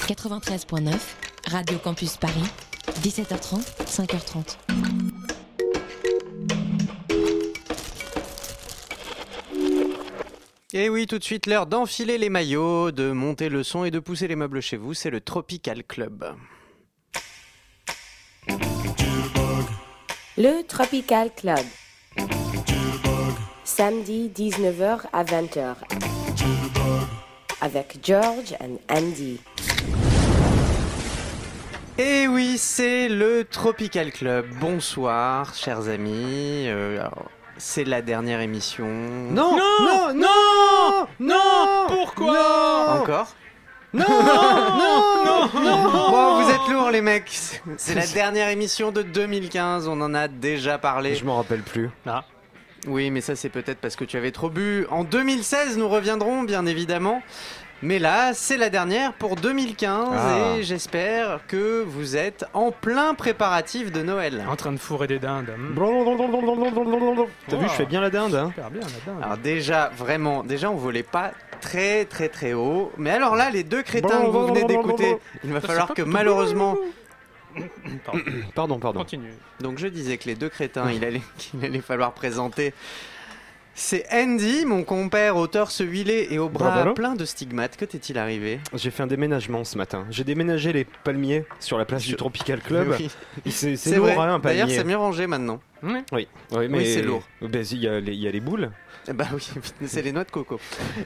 93.9, Radio Campus Paris, 17h30, 5h30. Et oui, tout de suite, l'heure d'enfiler les maillots, de monter le son et de pousser les meubles chez vous. C'est le Tropical Club. Le Tropical Club. Samedi 19h à 20h. Avec George and Andy. Et oui, c'est le Tropical Club. Bonsoir, chers amis. C'est la dernière émission. Non, non, non, non, non. Pourquoi non. Encore Non, non, non. Bon, vous êtes lourds, les mecs. C'est la dernière émission de 2015. On en a déjà parlé. Je m'en rappelle plus. Ah. Oui, mais ça, c'est peut-être parce que tu avais trop bu. En 2016, nous reviendrons, bien évidemment. Mais là, c'est la dernière pour 2015 et j'espère que vous êtes en plein préparatif de Noël. En train de fourrer des dindes. T'as vu, je fais bien la dinde. Hein. Super bien la dinde. Alors déjà, on volait pas très très très haut. Mais alors là, les deux crétins que vous venez d'écouter, il va falloir que malheureusement... Pardon. Continue. Donc je disais que les deux crétins, qu'il allait falloir présenter... C'est Andy, mon compère au torse huilé et au bras plein de stigmates. Que t'est-il arrivé ? J'ai fait un déménagement ce matin. J'ai déménagé les palmiers sur la place du Tropical Club. Oui. C'est lourd, hein, un palmier. D'ailleurs, c'est mieux rangé maintenant. Oui, mais c'est lourd. Il y a les boules. Bah oui, c'est les noix de coco.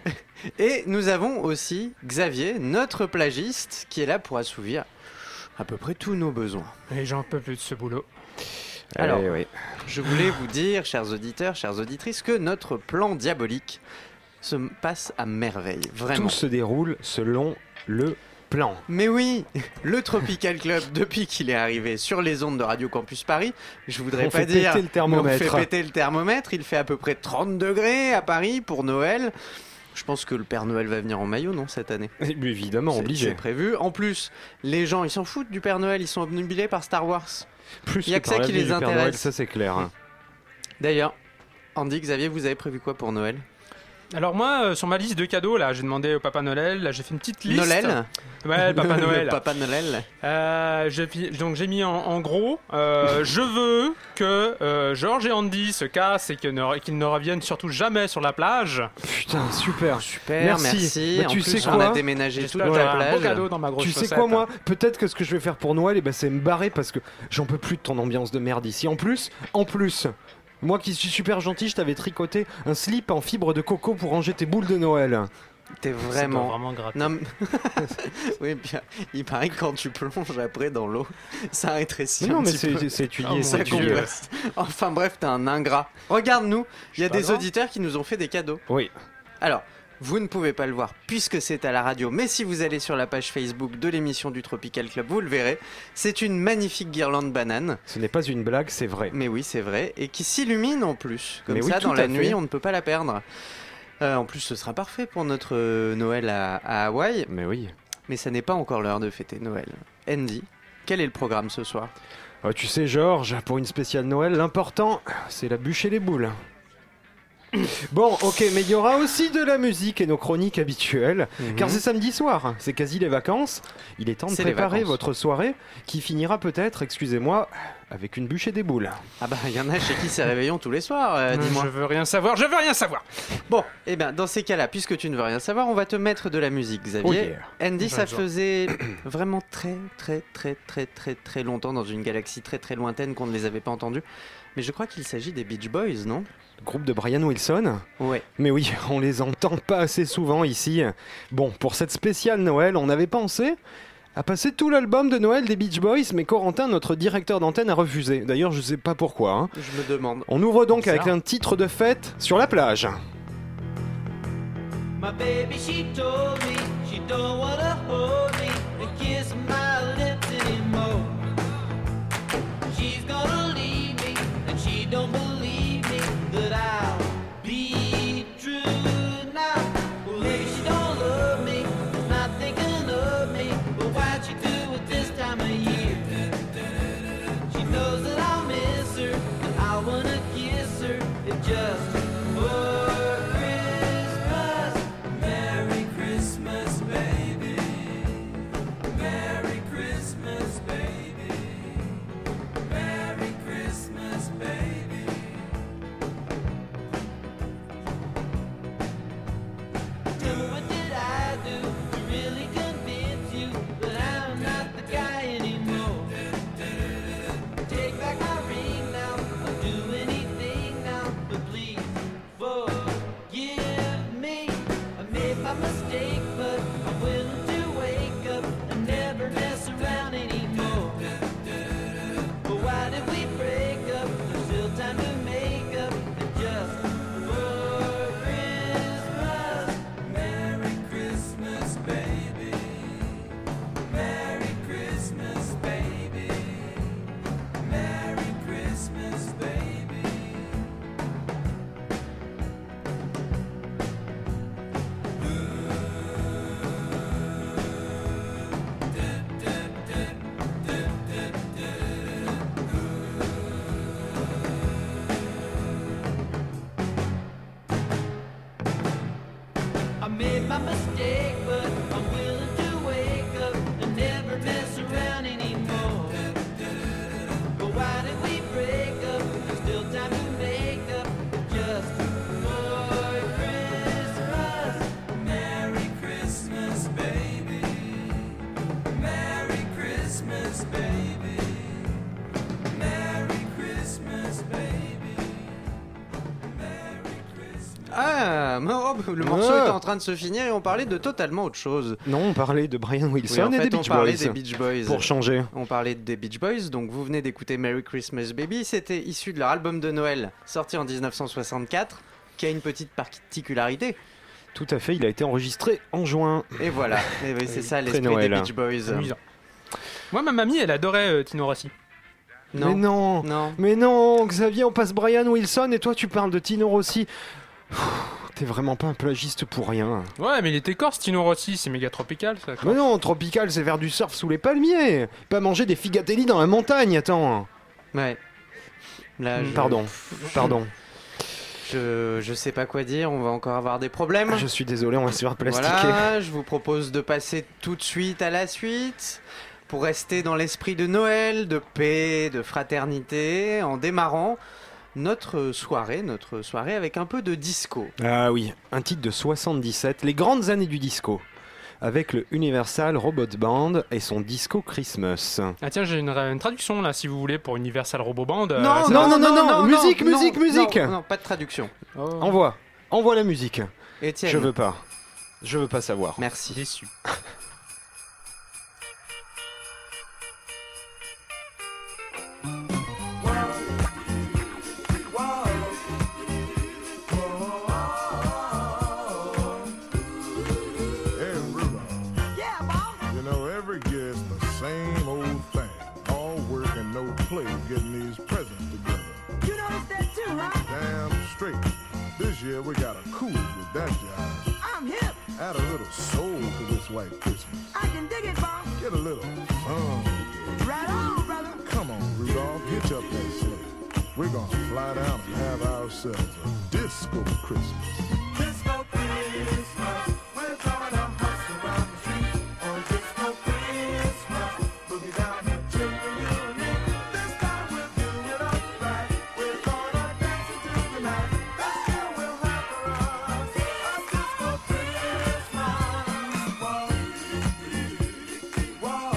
Et nous avons aussi Xavier, notre plagiste, qui est là pour assouvir à peu près tous nos besoins. Et j'en peux plus de ce boulot. Alors, je voulais vous dire, chers auditeurs, chères auditrices, que notre plan diabolique se passe à merveille, vraiment. Tout se déroule selon le plan. Mais oui, le Tropical Club, depuis qu'il est arrivé sur les ondes de Radio Campus Paris, je voudrais pas dire... Péter le thermomètre. On fait péter le thermomètre, il fait à peu près 30 degrés à Paris pour Noël. Je pense que le Père Noël va venir en maillot, non, cette année ? Évidemment, obligé. C'est prévu. En plus, les gens, ils s'en foutent du Père Noël, ils sont obnubilés par Star Wars. Plus il y a que ça qui les intéresse. Noël, ça c'est clair. D'ailleurs, Andy, Xavier, vous avez prévu quoi pour Noël ? Alors moi, sur ma liste de cadeaux, là, j'ai demandé au Papa Noël, là, j'ai fait une petite liste. Noël ? Ouais, le Papa Noël. Le Papa Noël. Donc j'ai mis en gros, je veux que George et Andy se cassent et qu'ils ne reviennent surtout jamais sur la plage. Putain, super. Merci. Bah, en tu plus, sais on quoi a déménagé toute la Un plage. beau cadeau dans ma grosse chaussette. Tu sais quoi, moi, peut-être que ce que je vais faire pour Noël, c'est me barrer parce que j'en peux plus de ton ambiance de merde ici. En plus, moi qui suis super gentil, je t'avais tricoté un slip en fibre de coco pour ranger tes boules de Noël. T'es vraiment gratter. Non, mais... oui, bien. Il paraît que quand tu plonges après dans l'eau, ça rétrécit. Mais non, un mais petit peu. c'est étudié, Ça c'est étudié. compresse. Enfin bref, t'es un ingrat. Regarde-nous, il y a des auditeurs qui nous ont fait des cadeaux. Oui. Alors, vous ne pouvez pas le voir puisque c'est à la radio, mais si vous allez sur la page Facebook de l'émission du Tropical Club, vous le verrez. C'est une magnifique guirlande banane. Ce n'est pas une blague, c'est vrai. Mais oui, c'est vrai. Et qui s'illumine en plus. Comme mais ça, oui, dans à la fait. nuit, on ne peut pas la perdre. En plus, ce sera parfait pour notre Noël à Hawaï. Mais oui. Mais ça n'est pas encore l'heure de fêter Noël. Andy, quel est le programme ce soir ? Tu sais, Georges, pour une spéciale Noël, l'important, c'est la bûche et les boules. Bon, ok, mais il y aura aussi de la musique et nos chroniques habituelles, car c'est samedi soir, c'est quasi les vacances. Il est temps de préparer votre soirée, qui finira peut-être, excusez-moi, avec une bûche et des boules. Ah bah, il y en a chez qui c'est réveillon tous les soirs, dis-moi. Je veux rien savoir. Bon, eh bien, dans ces cas-là, puisque tu ne veux rien savoir, on va te mettre de la musique, Xavier. Oh yeah. Andy, ça faisait vraiment très longtemps dans une galaxie très lointaine qu'on ne les avait pas entendus. Mais je crois qu'il s'agit des Beach Boys, non ? Le groupe de Brian Wilson ? Ouais. Mais oui, on les entend pas assez souvent ici. Bon, pour cette spéciale Noël, on avait pensé à passer tout l'album de Noël des Beach Boys, mais Corentin, notre directeur d'antenne, a refusé. D'ailleurs, je sais pas pourquoi. Hein. Je me demande. On ouvre donc avec un titre de fête sur la plage. My baby, she told me she don't wanna hold me and kiss my lips anymore. She's gonna leave me and she don't believe me that I'll be true now. Well, maybe she don't love me, is not thinking of me, but why'd she do it this time of year? She knows that I'll miss her and I wanna kiss her if just for Christmas. Merry Christmas, baby. le morceau était en train de se finir et on parlait de totalement autre chose. Non, on parlait de Brian Oui, Wilson en et fait, des on Beach parlait Boys. des Beach Boys. Pour changer. On parlait des Beach Boys, donc vous venez d'écouter Merry Christmas Baby. C'était issu de leur album de Noël, sorti en 1964, qui a une petite particularité. Tout à fait, il a été enregistré en juin. Et voilà, et oui, c'est ça l'esprit Noël. des Beach Boys. Amusant. Moi, ma mamie, elle adorait Tino Rossi. Non. Mais non. Non. Mais non, Xavier, on passe Brian Wilson et toi tu parles de Tino Rossi. T'es vraiment pas un plagiste pour rien. Ouais, mais il était corse, Tino Rossi, c'est méga tropical, ça. Mais non, tropical, c'est faire du surf sous les palmiers. Pas manger des figatelli dans la montagne, attends. Ouais. Là, Pardon. Je sais pas quoi dire, on va encore avoir des problèmes. Je suis désolé, on va se faire plastiquer. Voilà, je vous propose de passer tout de suite à la suite. Pour rester dans l'esprit de Noël, de paix, de fraternité, en démarrant notre soirée avec un peu de disco. Ah oui, un titre de 77, les grandes années du disco, avec le Universal Robot Band et son Disco Christmas. Ah tiens, j'ai une traduction là, si vous voulez, pour Universal Robot Band. Non, musique. Non, pas de traduction. Envoie la musique. Étienne. Je veux pas savoir. Merci. Déçu. Getting these presents together. You noticed that too, huh? Damn straight. This year we got a cool with that jive. I'm hip. Add a little soul to this white Christmas. I can dig it, Bob. Get a little fun. Right on, brother. Come on, Rudolph, hitch up that sleigh. We're gonna fly down and have ourselves a disco Christmas. Disco Christmas, we're gonna hustle around the street on Disco Christmas. Boogie down the chimney. This time we'll do it up right. We're gonna dance into the night. This year we'll have for us a Disco Christmas. Whoa,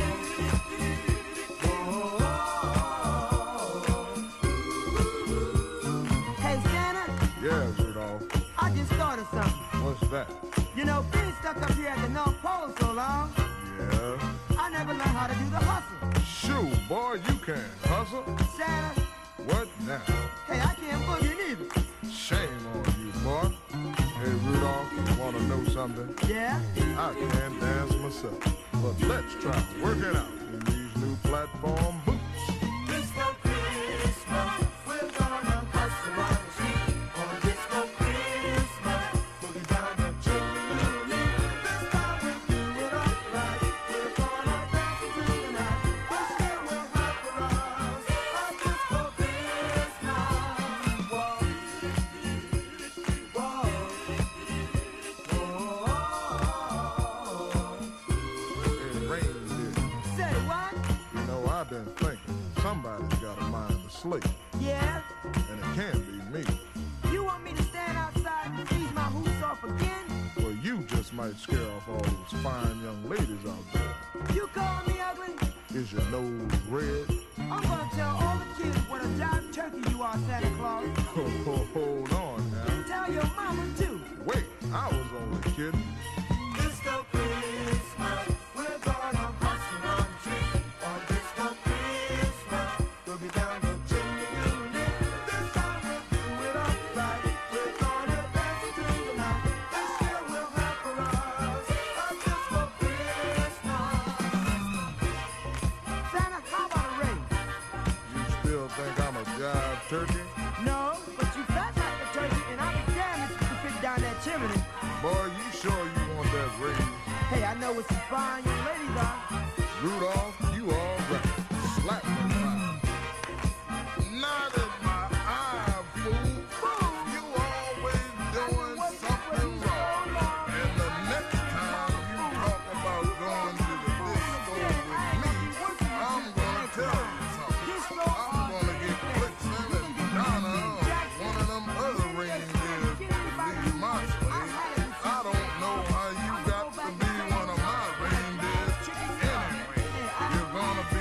Hey, Santa, Yeah, Rudolph, I just thought of something. what's that? You know, being stuck up here at the North Pole so long, Yeah. I never learned how to do the hustle. Shoot, boy, you can hustle. Santa, What now? hey, I can't boogie neither. Shame on you, boy. Hey, Rudolph, you wanna know something? Yeah? I can't dance myself, but let's try to work it out in these new platform boots. Disco Christmas, we're gonna hustle around the street on Disco Christmas. Boogie down the chimney. This time we'll do it up right. We're gonna dance into the night. This year we'll have for us a Disco Christmas. Whoa, It rains here. Say what? You know, I've been thinking somebody's got a mind to slate, Yeah? and it can't be me. You want me to stand outside and freeze my hoops off again? Well, you just might scare off all those fine young ladies out there. You call me ugly? Is your nose red? I'm gonna tell all the kids what a jive turkey you are, Santa Claus. Hold on now. Tell your mama too. Wait, I was only kidding. Disco Christmas, we're gonna hustle around the street on Disco Christmas. Boogie down the chimney. This time we'll do it up right. We're gonna dance into the night. This year we'll have for us a Disco Christmas. Santa, how about a raise? You still think I'm a jive turkey? No, but you fat like a turkey, and I'll be damned if you can fit down that chimney. Boy, you sure you want that raise? Hey, I know what some fine young ladies are. Rudolph, you all right. Slap me right. Not in my eye, fool. You always doing something wrong. And the next time you talk about going to the disco with me, I'm gonna tell you something. I'm gonna get Blitzen and Donna, one of them other reindeers, to leave my sleigh. I don't know how you got to be one of my reindeers. Anyway, you're gonna be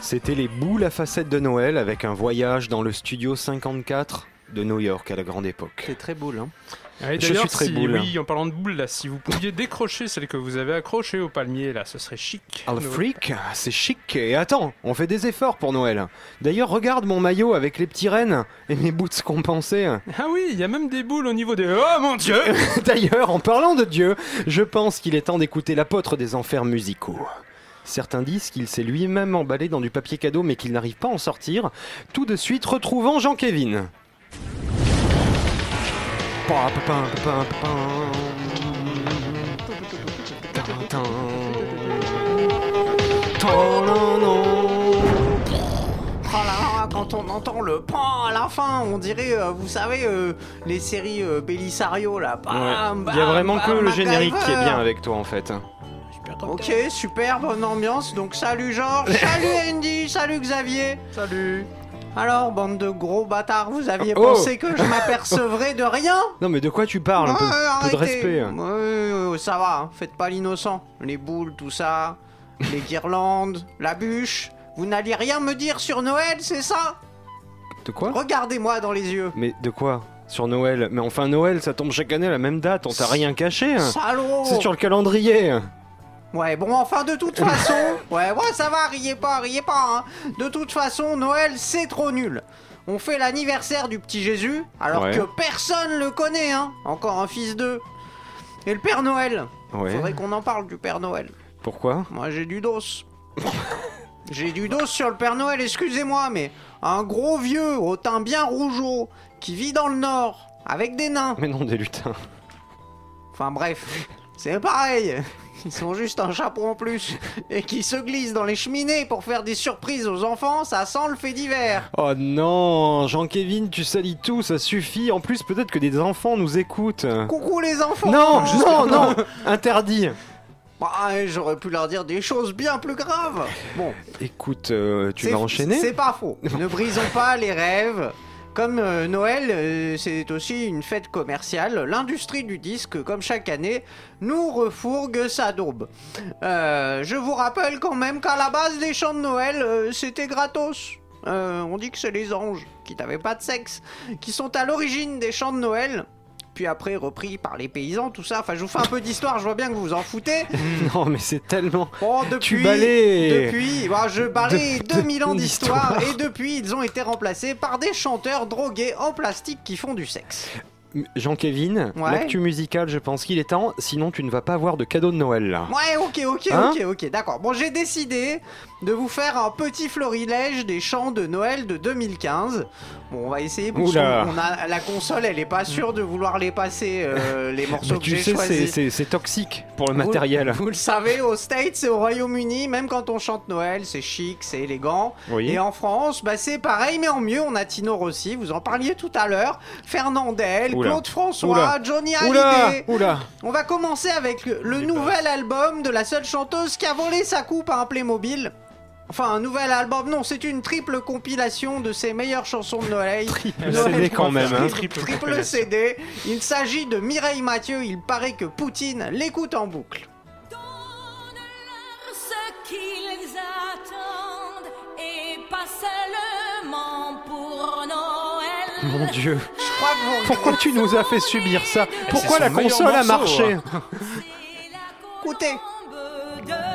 C'était les boules à facettes de Noël avec un voyage dans le studio 54 de New York à la grande époque. C'est très boule, hein. Et Je d'ailleurs, suis très boule. Oui, en parlant de boules, là, si vous pouviez décrocher celle que vous avez accrochée au palmier, là, ce serait chic. Ah, le freak, c'est chic. Et attends, on fait des efforts pour Noël. D'ailleurs, regarde mon maillot avec les petits rennes et mes boots compensés. Ah oui, il y a même des boules au niveau des... Oh mon Dieu! D'ailleurs, en parlant de Dieu, je pense qu'il est temps d'écouter l'apôtre des enfers musicaux. Certains disent qu'il s'est lui-même emballé dans du papier cadeau mais qu'il n'arrive pas à en sortir. Tout de suite, retrouvons Jean-Kévin. Oh là là, quand on entend le pan à la fin, on dirait, vous savez, les séries Belisario là. Bam, Il y a vraiment bam, que le MacGyver. générique qui est bien avec toi en fait. Ok, super, bonne ambiance. Donc salut Georges, salut Andy, salut Xavier. Salut! Alors, bande de gros bâtards, vous aviez Oh. pensé que je m'apercevrais de rien? Non mais de quoi tu parles? Un peu, peu de arrêtez. respect. Ça va, hein, faites pas l'innocent. Les boules, tout ça, les guirlandes, la bûche. Vous n'alliez rien me dire sur Noël, c'est ça? De quoi? Regardez-moi dans les yeux. Mais de quoi? Sur Noël? Mais enfin Noël ça tombe chaque année à la même date, on t'a rien caché. Salaud! C'est sur le calendrier. Ouais, bon, enfin, de toute façon... Ouais, ça va, riez pas, hein. De toute façon, Noël, c'est trop nul. On fait l'anniversaire du petit Jésus, alors Ouais. que personne le connaît, hein. Encore un fils d'eux. Et le Père Noël. Ouais. Faudrait qu'on en parle du Père Noël. Pourquoi? Moi, j'ai du dos. J'ai du dos sur le Père Noël, excusez-moi, mais un gros vieux au teint bien rougeau qui vit dans le Nord, avec des nains. Mais non, des lutins. Enfin bref, c'est pareil. Ils sont juste un chapeau en plus et qui se glissent dans les cheminées pour faire des surprises aux enfants, ça sent le fait divers. Oh non, Jean-Kévin, tu salis tout, ça suffit. En plus, peut-être que des enfants nous écoutent. Coucou les enfants. Non, non, interdit. Bah, j'aurais pu leur dire des choses bien plus graves. Bon, Écoute, tu vas enchaîner? C'est pas faux. Ne brisons pas les rêves. Comme Noël, c'est aussi une fête commerciale, l'industrie du disque, comme chaque année, nous refourgue sa daube. Je vous rappelle quand même qu'à la base des chants de Noël, c'était gratos. On dit que c'est les anges, qui n'avaient pas de sexe, qui sont à l'origine des chants de Noël. Puis après repris par les paysans, tout ça. Enfin, je vous fais un peu d'histoire, je vois bien que vous vous en foutez. Non, mais c'est tellement... Bon, Tu balais. Je balais 2000 ans d'histoire d'histoire. et depuis, ils ont été remplacés par des chanteurs drogués en plastique qui font du sexe. Jean-Kévin, Ouais. l'actu musicale, je pense qu'il est temps, sinon tu ne vas pas avoir de cadeau de Noël là. Ouais, ok, Hein ok, d'accord. Bon, j'ai décidé de vous faire un petit florilège des chants de Noël de 2015. Bon, on va essayer parce Oula. qu'on a la console, elle est pas sûre de vouloir les passer les morceaux Mais que tu j'ai sais, choisis. c'est toxique pour le matériel. Vous le savez, aux States et au Royaume-Uni, même quand on chante Noël, c'est chic, c'est élégant. Oui. Et en France, bah, c'est pareil, mais en mieux. On a Tino Rossi, vous en parliez tout à l'heure, Fernandel, Oula. Claude François, Oula. Johnny Oula, Hallyday. oula. On va commencer avec le nouvel album de la seule chanteuse qui a volé sa coupe à un Playmobil. Enfin, un nouvel album, non, c'est une triple compilation de ses meilleures chansons de Noël. Noël, CD quand même, hein. Triple CD. Il s'agit de Mireille Mathieu. Il paraît que Poutine l'écoute en boucle. Donne-leur ce qu'ils attendent et pas seulement pour Noël. Mon Dieu, Je crois que vous... pourquoi tu nous as fait subir ça? Pourquoi c'est la son meilleur console a morceau, marché? hein. Écoutez. Colombe de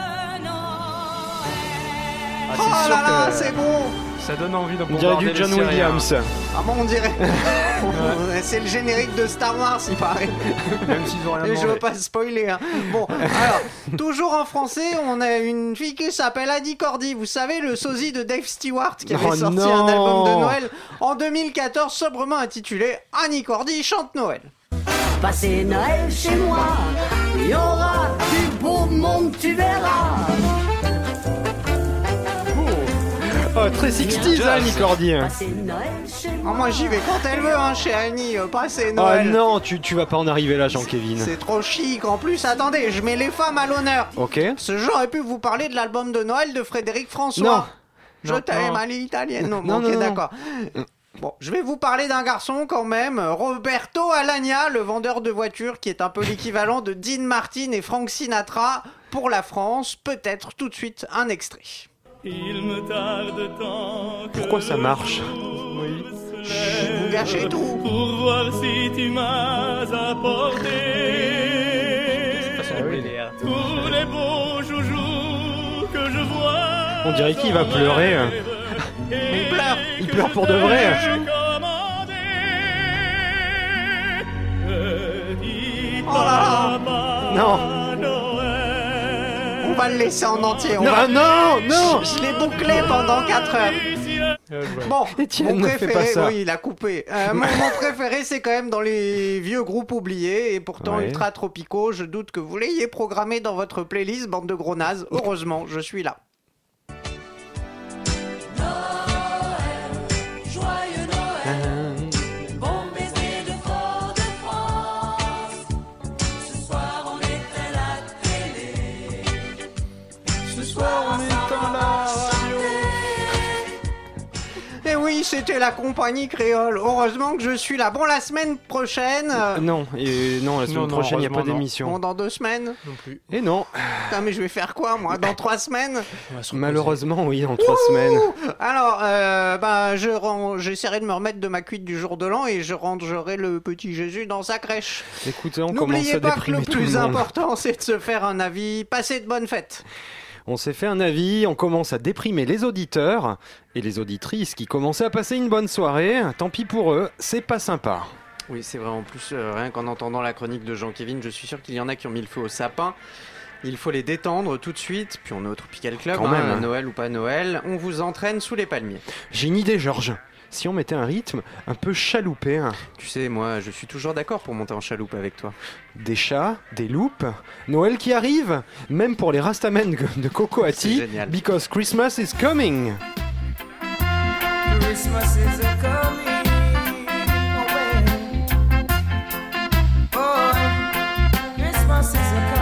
Ah, Oh c'est sûr là là, que c'est bon. ça donne envie de On dirait du John Williams. Ah bon, on dirait... c'est le générique de Star Wars, il paraît. Même s'ils ont rien Et je veux demandé. pas spoiler. Hein. Bon, alors, toujours en français, on a une fille qui s'appelle Annie Cordy. Vous savez, le sosie de Dave Stewart qui avait Oh sorti non. un album de Noël en 2014, sobrement intitulé Annie Cordy chante Noël. Passer Noël chez moi, il y aura du beau monde, tu verras. Oh, très 60s, Annie Cordy. Passer Noël chez Ah, moi. moi j'y vais quand elle veut, hein, chez Annie, passer Oh Noël. non, tu vas pas en arriver là, Jean-Kévin. C'est trop chic. En plus, attendez, je mets les femmes à l'honneur. Ok. Ce jour aurait pu vous parler de l'album de Noël de Frédéric François. Non. Je Non, t'aime non. à l'italienne. Non, Non, ok, non, non. d'accord. Bon, je vais vous parler d'un garçon quand même, Roberto Alagna, le vendeur de voitures, qui est un peu l'équivalent de Dean Martin et Frank Sinatra pour la France. Peut-être tout de suite un extrait. Il me tarde tant que Pourquoi ça marche? Oui. Vous gâchez tout. pour voir si tu m'as apporté tous les beaux joujoux que je vois. On dirait qu'il va pleurer. Mais il pleure pour de vrai. Oh là là. Non. On va le laisser en entier. Non, non. Je l'ai bouclé pendant 4 heures. Bon, Étienne, mon ne fais préféré, pas ça. oui, il a coupé. Mon préféré, c'est quand même dans les vieux groupes oubliés et pourtant Ouais. ultra tropicaux. Je doute que vous l'ayez programmé dans votre playlist, bande de gros nazes. Heureusement, je suis là. Joyeux Noël, bon baiser de Fort-de-France. Ce soir on éteint la télé. Ce soir, on éteint la radio. Et oui, c'était la compagnie créole. Heureusement que je suis là. Bon, la semaine prochaine. Non, la semaine prochaine, il n'y a pas heureusement, non. d'émission. Bon, dans 2 semaines. Non plus. Et non, Putain, mais je vais faire quoi, moi, dans 3 semaines? On va se reposer. malheureusement, oui, dans 3 semaines. Alors, j'essaierai de me remettre de ma cuite du jour de l'an et je rangerai le petit Jésus dans sa crèche. Écoutez, on commence N'oubliez à pas que déprimer le tout le plus monde. important, c'est de se faire un avis. Passez de bonnes fêtes. On s'est fait un avis, on commence à déprimer les auditeurs et les auditrices qui commençaient à passer une bonne soirée. Tant pis pour eux, c'est pas sympa. Oui, c'est vrai. En plus, rien qu'en entendant la chronique de Jean-Kévin, je suis sûr qu'il y en a qui ont mis le feu au sapin. Il faut les détendre tout de suite. Puis on est au Tropical Club, Quand même, hein. Noël ou pas Noël. On vous entraîne sous les palmiers. J'ai une idée, Georges. Si on mettait un rythme un peu chaloupé, hein. Tu sais, moi, je suis toujours d'accord pour monter en chaloupe avec toi. Des chats, des loupes, Noël qui arrive, même pour les Rastamen de Cocoati, C'est génial. because Christmas is coming. Christmas is a coming away. Oh, Christmas is a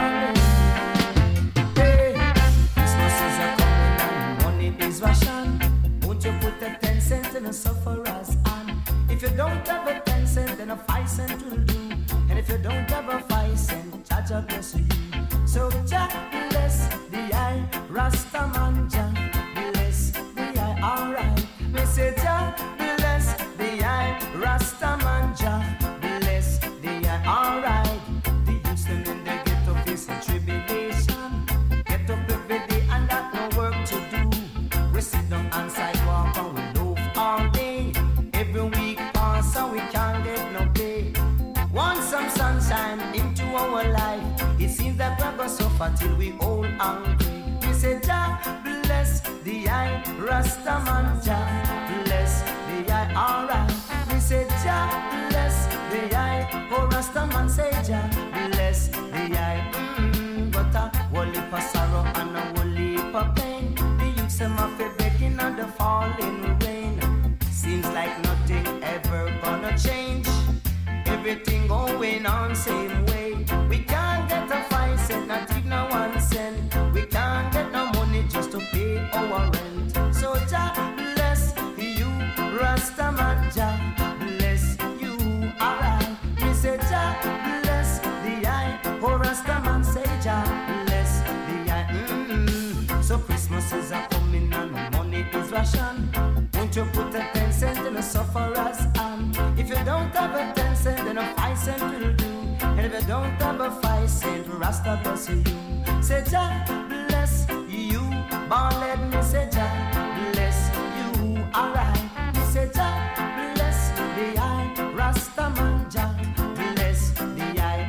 coming. Hey, Christmas is a coming and money is ration. Won't you put a 10 cent in a sufferer's hand? If you don't have a 10 cent, then a 5 cent will do. And if you don't have a 5 cent, Jah bless you. So Jah bless the eye, Rastaman Jah bless the eye. Alright, me say Jah bless the eye, Rastaman Jah bless the eye. Alright, the youths them in the ghetto facing tribulation. Get up every day and got no work to do. We sit down on sidewalk and we loaf all day. Every week pass and we can't get no pay. Want some sunshine into our life. It seems that we're gonna suffer till we all hungry. We say Jah bless the eye, Rastaman Jah bless the eye. Alright, we say Jah bless the eye. Oh Rastaman say Jah bless the eye. But a whole heap of sorrow and a whole heap of pain. The youths them have to begging and the falling rain. Seems like nothing ever gonna change. Everything going on same way. We can't get a 5 cent, not even a 1 cent. We can't get no money just to pay our rent. So Jah bless you, Rastaman Jah bless you. Alright, we say Jah bless the eye. Oh Rastaman say Jah bless the eye. So Christmas is a coming and money is ration. Won't you put a 10 cent in a sufferer's hand? If you don't have a 10 cent, then a 5 cent will do. And if you don't have a 5 cent, Rasta bless you. Say Jah bless you. Born let me say Jah bless you. Alright, me say Jah bless the eye. Rastaman Jah bless the eye.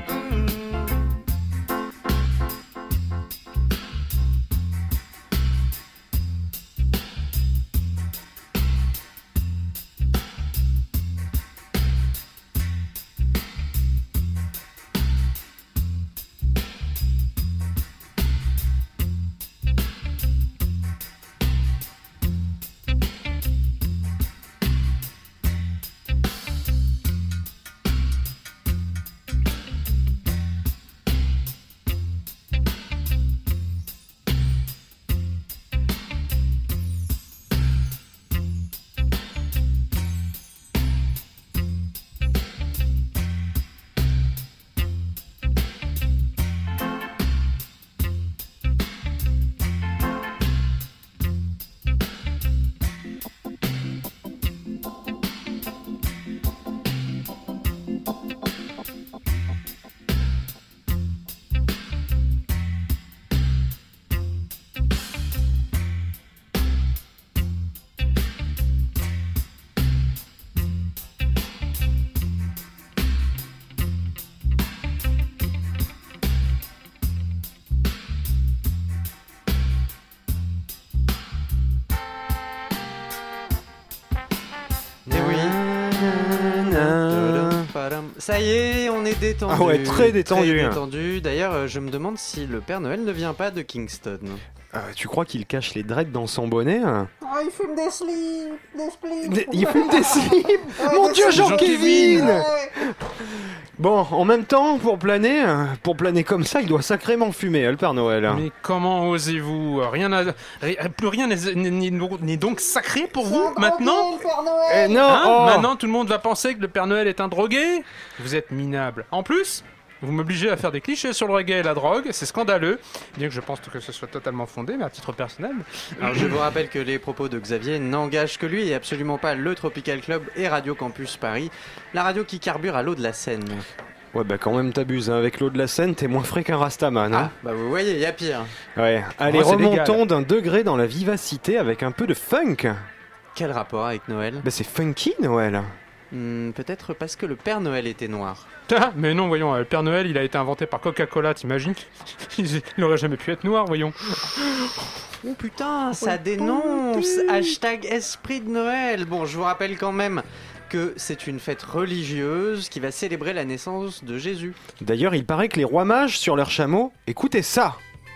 Ça y est, on est détendu. Ah ouais, très détendu. Très détendu. D'ailleurs, je me demande si le Père Noël ne vient pas de Kingston. Tu crois qu'il cache les dreads dans son bonnet Oh, il fume des slips, des spliffs. Il fume des slips. Mon Dieu, Jean-Kévin. Bon, en même temps, pour planer comme ça, il doit sacrément fumer, le Père Noël. Mais comment osez-vous ? Plus rien n'est donc sacré pour vous maintenant ? Le Père Noël. Non, Maintenant, tout le monde va penser que le Père Noël est un drogué ? Vous êtes minable. En plus, vous m'obligez à faire des clichés sur le reggae et la drogue, c'est scandaleux, bien que je pense que ce soit totalement fondé, mais à titre personnel. Alors je vous rappelle que les propos de Xavier n'engagent que lui et absolument pas le Tropical Club et Radio Campus Paris, la radio qui carbure à l'eau de la Seine. Ouais, bah quand même t'abuses, hein. Avec l'eau de la Seine, t'es moins frais qu'un Rastaman. Hein. Ah, bah vous voyez, il y a pire. Ouais, allez, c'est remontons légal. d'un degré dans la vivacité avec un peu de funk. Quel rapport avec Noël ? Bah c'est funky, Noël. Peut-être parce que le Père Noël était noir. Ah, mais non, voyons, le Père Noël, il a été inventé par Coca-Cola, t'imagines ? Il aurait jamais pu être noir, voyons. Oh putain, ça dénonce. Hashtag esprit de Noël. Bon, je vous rappelle quand même que c'est une fête religieuse qui va célébrer la naissance de Jésus. D'ailleurs, il paraît que les rois mages sur leurs chameaux, écoutez ça.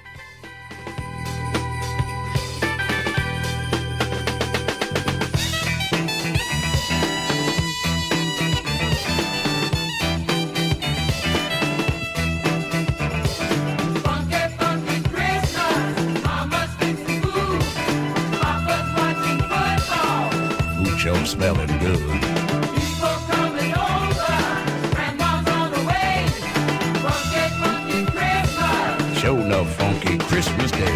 Funky, funky Christmas. Mama's fixing food. Papa's watching football. Food show smelling good. People coming over. Grandma's on the way. Funky, funky Christmas. Show enough funky Christmas Day.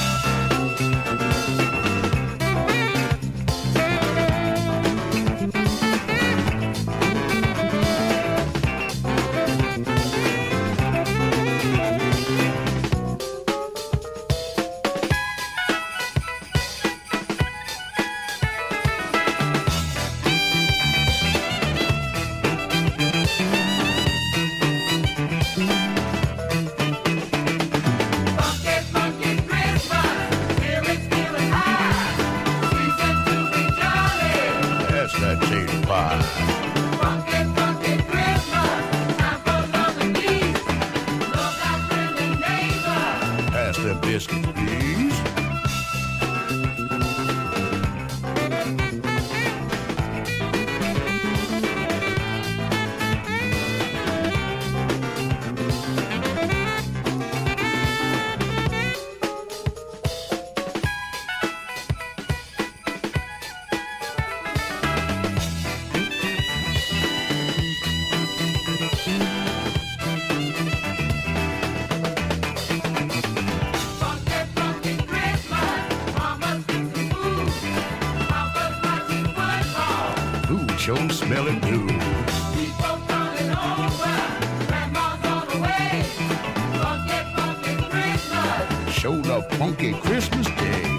Funky, funky Christmas. Spirits feeling high. Season to be jolly. That's that tater pie. Funky, funky Christmas. Time for love and peace. Look out, friend and neighbor. Pass them biscuits, please. Funky, funky Christmas. Mama's fixing food. Papa's watching football. Food show smelling good. People coming over. Grandma's on the way. Funky, funky Christmas. Show enough funky Christmas Day.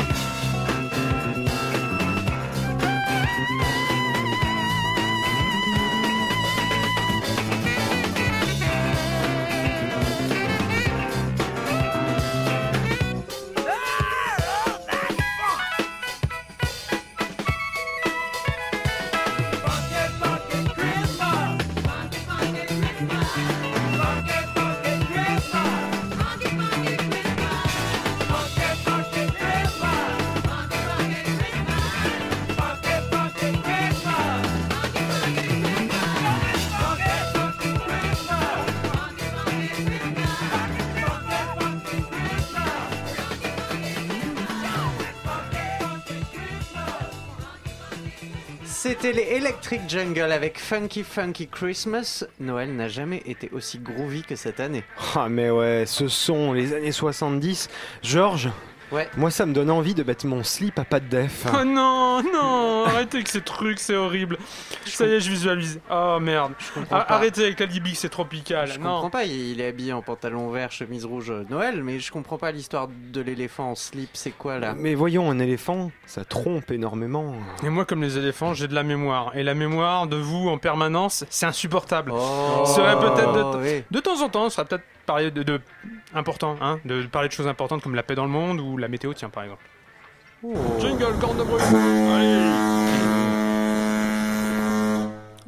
Funky, funky Christmas. Funky, funky Christmas. Funky, funky Christmas. Funky, funky Christmas. Funky, funky Christmas. Funky, funky Christmas. Funky, funky Christmas. Funky, funky Christmas. Funky, funky Christmas. Funky, funky C'était les Electric Jungle avec Funky Funky Christmas. Noël n'a jamais été aussi groovy que cette année. Ah mais ouais, ce son, les années 70. Georges, Ouais. moi ça me donne envie de mettre mon slip à pas de def. Oh non, non, arrêtez avec ces trucs, c'est horrible. Ça y est, je visualise. Oh merde. comprends pas. Arrêtez avec l'alibi, c'est tropical. Je non. comprends pas, il est habillé en pantalon vert, chemise rouge Noël, mais je comprends pas l'histoire de l'éléphant en slip, c'est quoi là? Mais voyons, un éléphant, ça trompe énormément. Et moi, comme les éléphants, j'ai de la mémoire. Et la mémoire de vous en permanence, c'est insupportable. Oh, Ce serait peut-être oui. de temps en temps, ce serait peut-être parler de important, hein, de parler de choses importantes comme la paix dans le monde ou la météo, tiens, par exemple. Oh. Jingle, corne de bruit. Allez.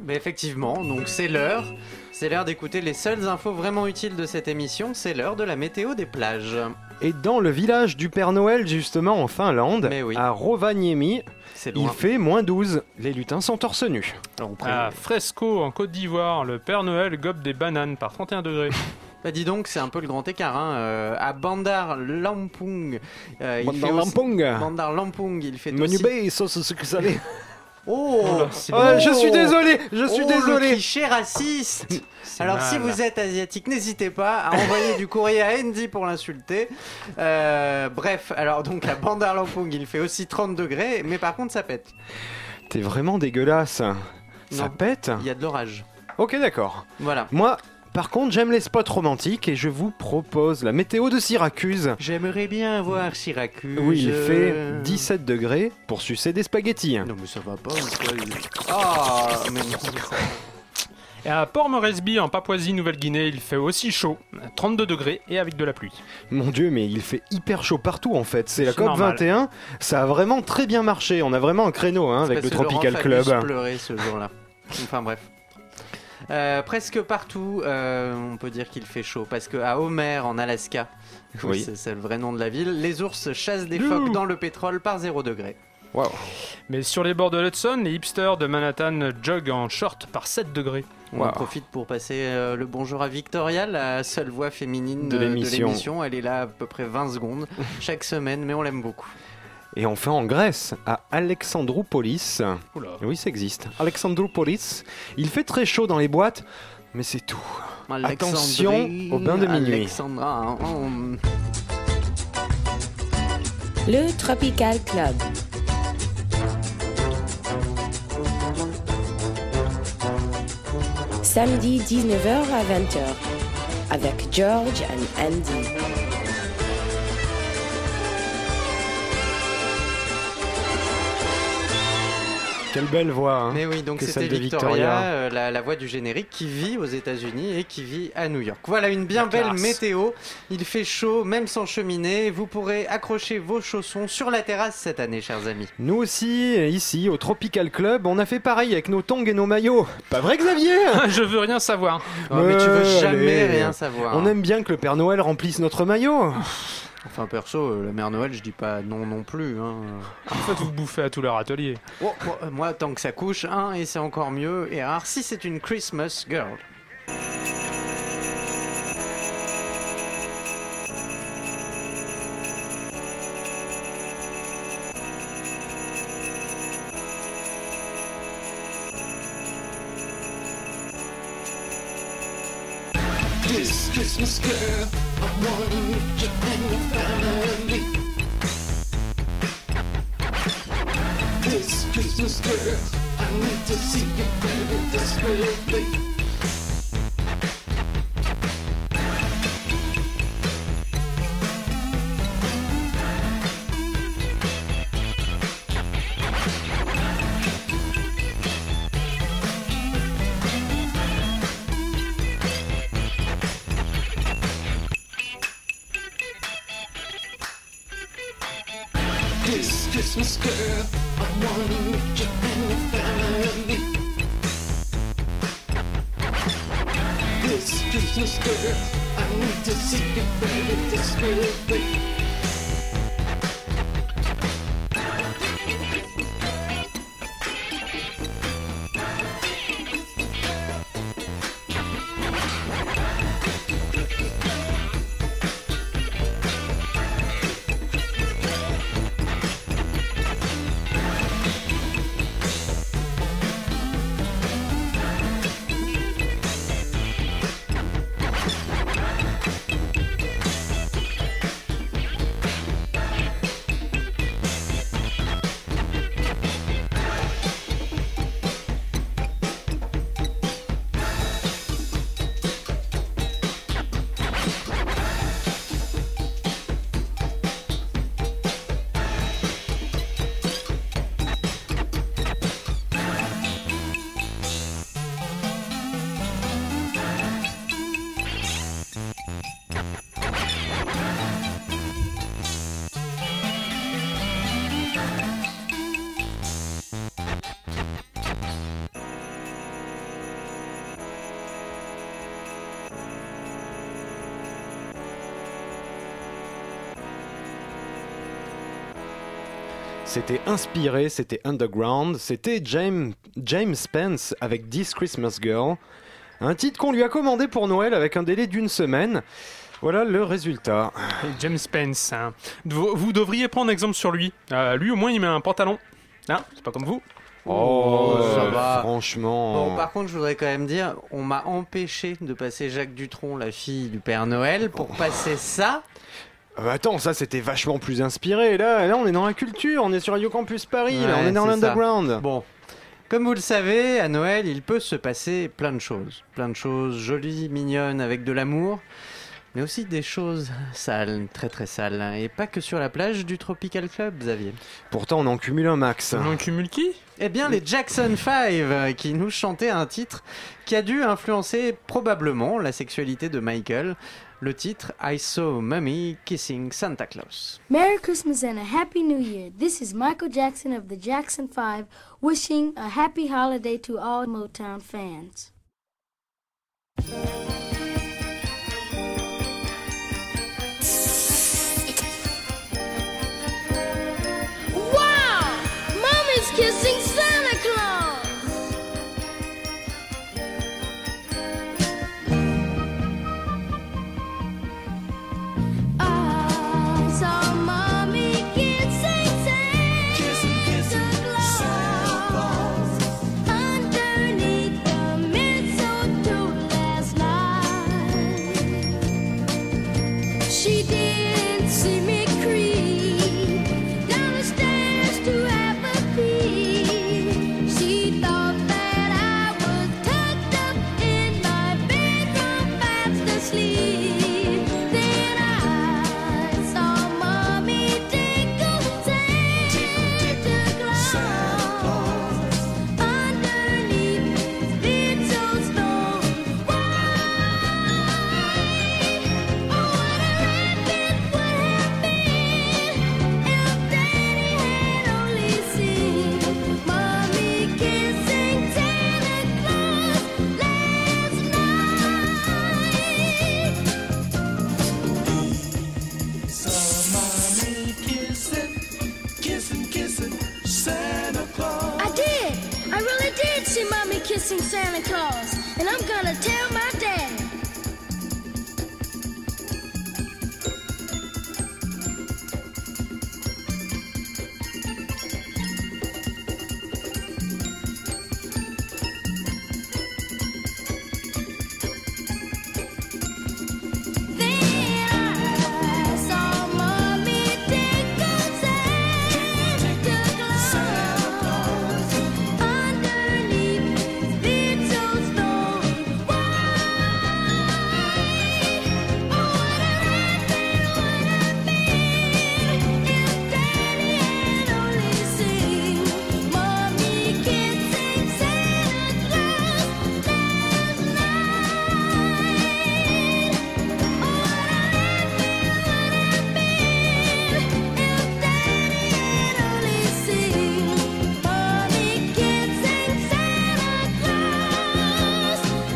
Mais effectivement, donc c'est l'heure. C'est l'heure d'écouter les seules infos vraiment utiles de cette émission. C'est l'heure de la météo des plages. Et dans le village du Père Noël, justement en Finlande, à Rovaniemi, il fait moins 12. Les lutins sont torse nu. À Fresco, en Côte d'Ivoire, le Père Noël gobe des bananes par 31 degrés. Bah dis donc, c'est un peu le grand écart. Hein. À Bandar Lampung, Bandar Lampung, il fait Menu aussi... bay, sauce sucre salé. Oh, je suis désolé, le cliché raciste. Alors mal. si vous êtes asiatique, n'hésitez pas à envoyer du courrier à Andy pour l'insulter. Bref, alors donc à Bandar Lampung, il fait aussi 30 degrés, mais par contre ça pète. T'es vraiment dégueulasse. Ça pète. Il y a de l'orage. Ok, d'accord. Voilà. Moi, par contre, j'aime les spots romantiques et je vous propose la météo de Syracuse. J'aimerais bien voir Syracuse. Oui, il fait 17 degrés pour sucer des spaghettis. Non mais ça va pas. Ah, mais non, ça... Et à Port Moresby, en Papouasie-Nouvelle-Guinée, il fait aussi chaud, 32 degrés et avec de la pluie. Mon Dieu, mais il fait hyper chaud partout en fait. C'est la COP normal. 21, ça a vraiment très bien marché. On a vraiment un créneau avec le Tropical Club. J'ai pleuré ce jour-là. Enfin bref. Presque partout, on peut dire qu'il fait chaud. Parce qu'à Homer, en Alaska, oui. c'est le vrai nom de la ville, les ours chassent des phoques dans le pétrole par 0 degré. Wow. Mais sur les bords de l'Hudson, les hipsters de Manhattan joguent en short par 7 degrés. On en profite pour passer le bonjour à Victoria, la seule voix féminine de l'émission. Elle est là à peu près 20 secondes chaque semaine, mais on l'aime beaucoup. Et enfin en Grèce, à Alexandroupolis. Oula. Oui, ça existe. Alexandroupolis. Il fait très chaud dans les boîtes, mais c'est tout. Attention au bain de minuit. Alexandra, Le Tropical Club. Samedi 19h à 20h avec George and Andy. Quelle belle voix, hein. Mais oui, donc c'était Victoria, la voix du générique qui vit aux États-Unis et qui vit à New York. Voilà une bien belle météo. Il fait chaud, même sans cheminée. Vous pourrez accrocher vos chaussons sur la terrasse cette année, chers amis. Nous aussi, ici, au Tropical Club, on a fait pareil avec nos tongs et nos maillots. Pas vrai, Xavier? Je veux rien savoir. Oh, mais tu veux jamais rien savoir. On aime bien que le Père Noël remplisse notre maillot. Enfin perso, la mère Noël, je dis pas non plus. Hein. En fait, vous bouffez à tout leur atelier. Moi, tant que ça couche, et c'est encore mieux et rare si c'est une Christmas girl. This Christmas girl, I want you and your family. This Christmas girl, I need to see you very desperately. This Christmas girl, I want you and your family. This Christmas girl, I need to see you very desperately. C'était inspiré, c'était underground, c'était James Spence avec This Christmas Girl, un titre qu'on lui a commandé pour Noël avec un délai d'1 semaine. Voilà le résultat. Et James Spence, hein. Vous devriez prendre exemple sur lui. Lui au moins il met un pantalon. Hein, c'est pas comme vous. Oh, ça va. Franchement. Bon, par contre, je voudrais quand même dire, on m'a empêché de passer Jacques Dutronc, la fille du Père Noël, pour passer ça. Attends, ça c'était vachement plus inspiré. Là, on est dans la culture, on est sur Radio Campus Paris, là, on Ouais, est dans c'est l'underground. ça. Bon, comme vous le savez, à Noël, il peut se passer plein de choses. Plein de choses jolies, mignonnes, avec de l'amour. Mais aussi des choses sales, très très sales. Et pas que sur la plage du Tropical Club, Xavier. Pourtant, on en cumule un max. On en cumule qui ? Eh bien, les Jackson 5, qui nous chantaient un titre qui a dû influencer probablement la sexualité de Michael. Le titre I Saw Mommy Kissing Santa Claus. Merry Christmas and a Happy New Year. This is Michael Jackson of the Jackson 5 wishing a happy holiday to all Motown fans. Wow! Mommy's kissing Santa Claus! I saw Mommy kissing Santa Claus underneath the mistletoe last night. She didn't see me creep down the stairs to have a peek. She thought that I was tucked up in my bedroom fast asleep. Then I saw Mommy tickle Santa Claus underneath his mistletoe white. Oh, what a rabbit would have been if Daddy had only seen Mommy kissing Santa Claus last I did. I really did see Mommy kissing Santa Claus, and I'm gonna tell my daddy. Then I saw Mommy tickle Santa Claus underneath his mistletoe white. Oh, what a rabbit would have been if Daddy had only seen Mommy kissing Santa Claus last night. Oh, what a rabbit would have been if Daddy had only seen Mommy kissing Santa Claus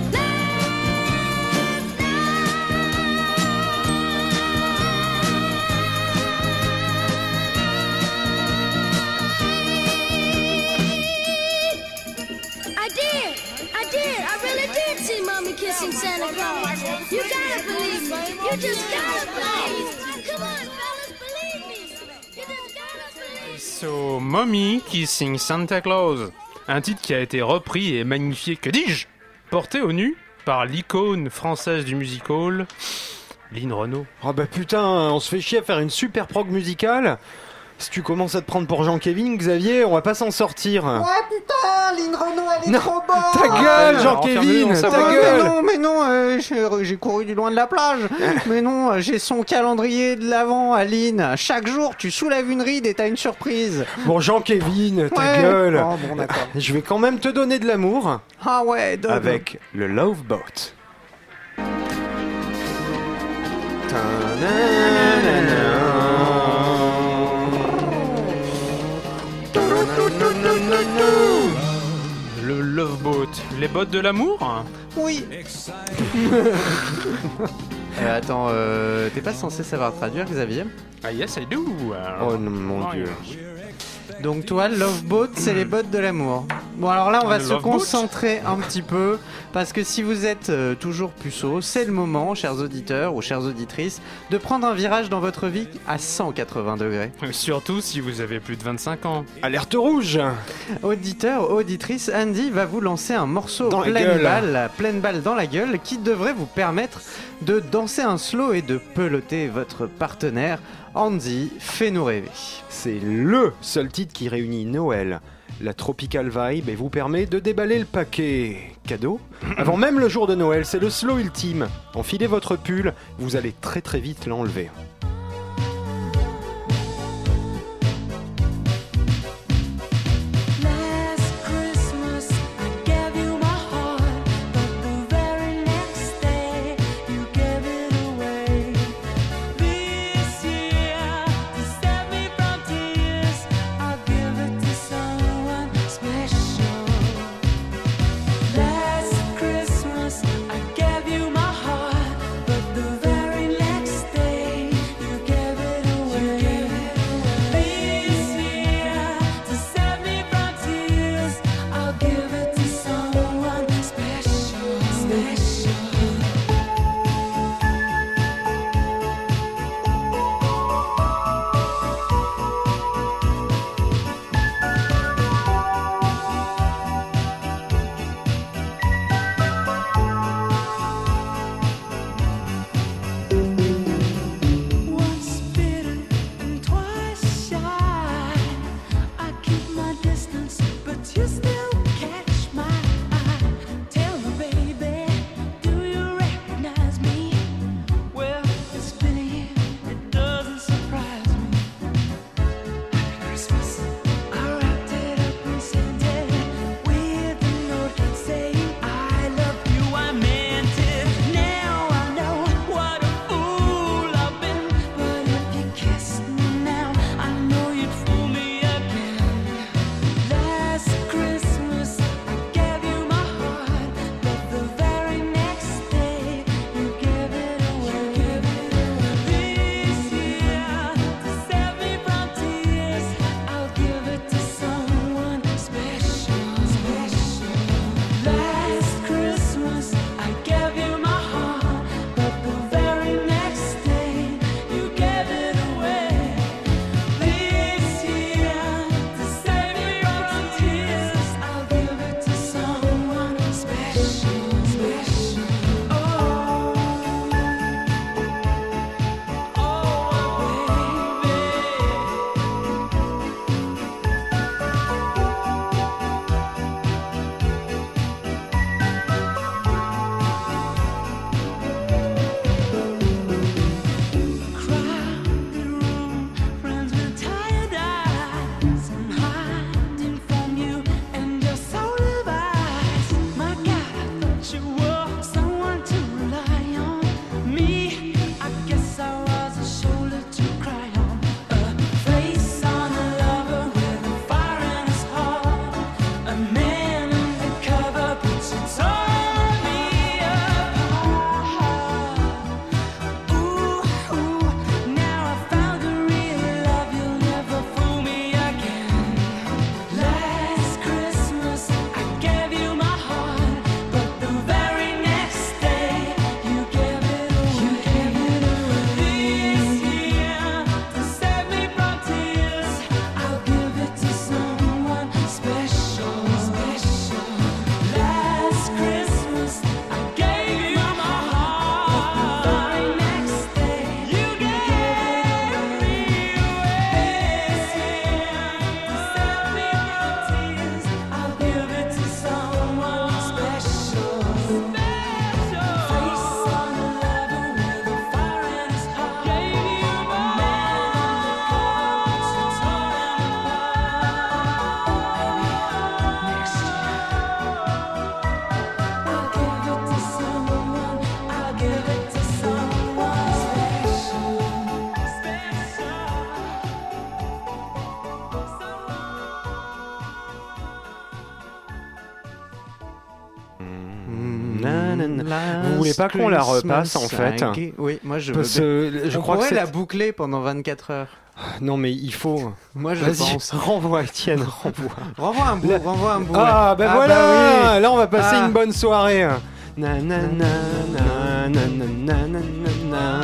I did. I really did see Mommy kissing Santa Claus. You gotta believe me. You just gotta believe me. Come on, fellas, believe me. You just gotta believe me. So, Mommy Kissing Santa Claus. Un titre qui a été repris et magnifié, que dis-je, porté au nu par l'icône française du music hall, Lynn Renaud. Oh bah putain, on se fait chier à faire une super prog musicale. Si tu commences à te prendre pour Jean-Kévin, Xavier, on va pas s'en sortir. Ouais, putain, Lynn Renaud, elle est Non, trop bonne. ta gueule, ouais, Jean-Kévin, enfermez-le dans sa ta boîte. gueule. Mais non, j'ai couru du loin de la plage. Mais non, j'ai son calendrier de l'avant, Aline. Chaque jour, tu soulèves une ride et t'as une surprise. Bon, Jean-Kévin, ta Ouais. gueule. Oh, bon, d'accord. Je vais quand même te donner de l'amour Ah ouais, donne. avec le Love Boat. Le Love Boat. Les bottes de l'amour? Oui. Attends, t'es pas censé savoir traduire, Xavier? Ah yes, I do. Oh non, mon Dieu. Donc toi, Love Boat, c'est les bottes de l'amour. Bon alors là, on va se Love Boat. concentrer un petit peu, parce que si vous êtes toujours puceau, c'est le moment, chers auditeurs ou chères auditrices, de prendre un virage dans votre vie à 180 degrés. Surtout si vous avez plus de 25 ans. Alerte rouge. Auditeur, auditrice, Andy va vous lancer un morceau Dans la gueule. pleine balle dans la gueule, qui devrait vous permettre de danser un slow et de peloter votre partenaire. Andy, fais-nous rêver. C'est LE seul titre qui réunit Noël, la tropical vibe et vous permet de déballer le paquet cadeau. Avant même le jour de Noël, c'est le slow ultime. Enfilez votre pull, vous allez très très vite l'enlever. Last Christmas I gave you my heart, but the very next day you gave it away. This year, to save me from tears, I'll give it to someone special. Last Christmas I gave you my heart, but the very next day you gave it away. This year, to save me from tears, I'll give it to someone special. Once bitten and twice shy, I keep my distance, but you still catch my eye. Tell me, baby, do you recognize me? Well, it's been a year, it doesn't surprise me. Happy Christmas. I wrapped it up and sent it with a note saying I love you. I meant it. Now I know what a fool I've been. But if you kissed me now, I know you'd fool me again. Last Christmas I gave you my heart, but the very next day you gave it away. This year, to save me from tears, I'll give it to someone special. Last Christmas I gave you my heart, but the very next day you gave it away. This year, to save me from tears, I'll give it to someone special. Crowded room, friends with tired eyes. I'm hiding from you and your soul device. My God, I thought you were someone to rely on. Me, I guess I was a shoulder to cry on. A face on a lover with a fire in his heart. A man undercover, but you tore me apart. Ooh, now I found a real love, you'll never fool me again. Last Christmas I gave you my heart, but the very next day you gave it away. This year, to save me from tears, I'll give it to someone special. Last Christmas I gave you my heart, but the very next day you gave me away. This year, to save me from tears, I'll give it to someone special. Face on a lover with a fire in his heart. Gave you my man undercover, but you tore him apart. Maybe next I'll give it to someone. I'll give it to someone special. Vous voulez pas qu'on la repasse en fait? Oui, moi je veux Parce bien. que je On crois que pourrait c'est la boucler pendant 24 heures. Non mais il faut... Moi je Vas-y, pense. renvoie Étienne, renvoie. Renvoie un bout. Ah bah voilà, bah oui. là on va passer Ah. une bonne soirée. Na, na, na, na, na, na, na, na, na.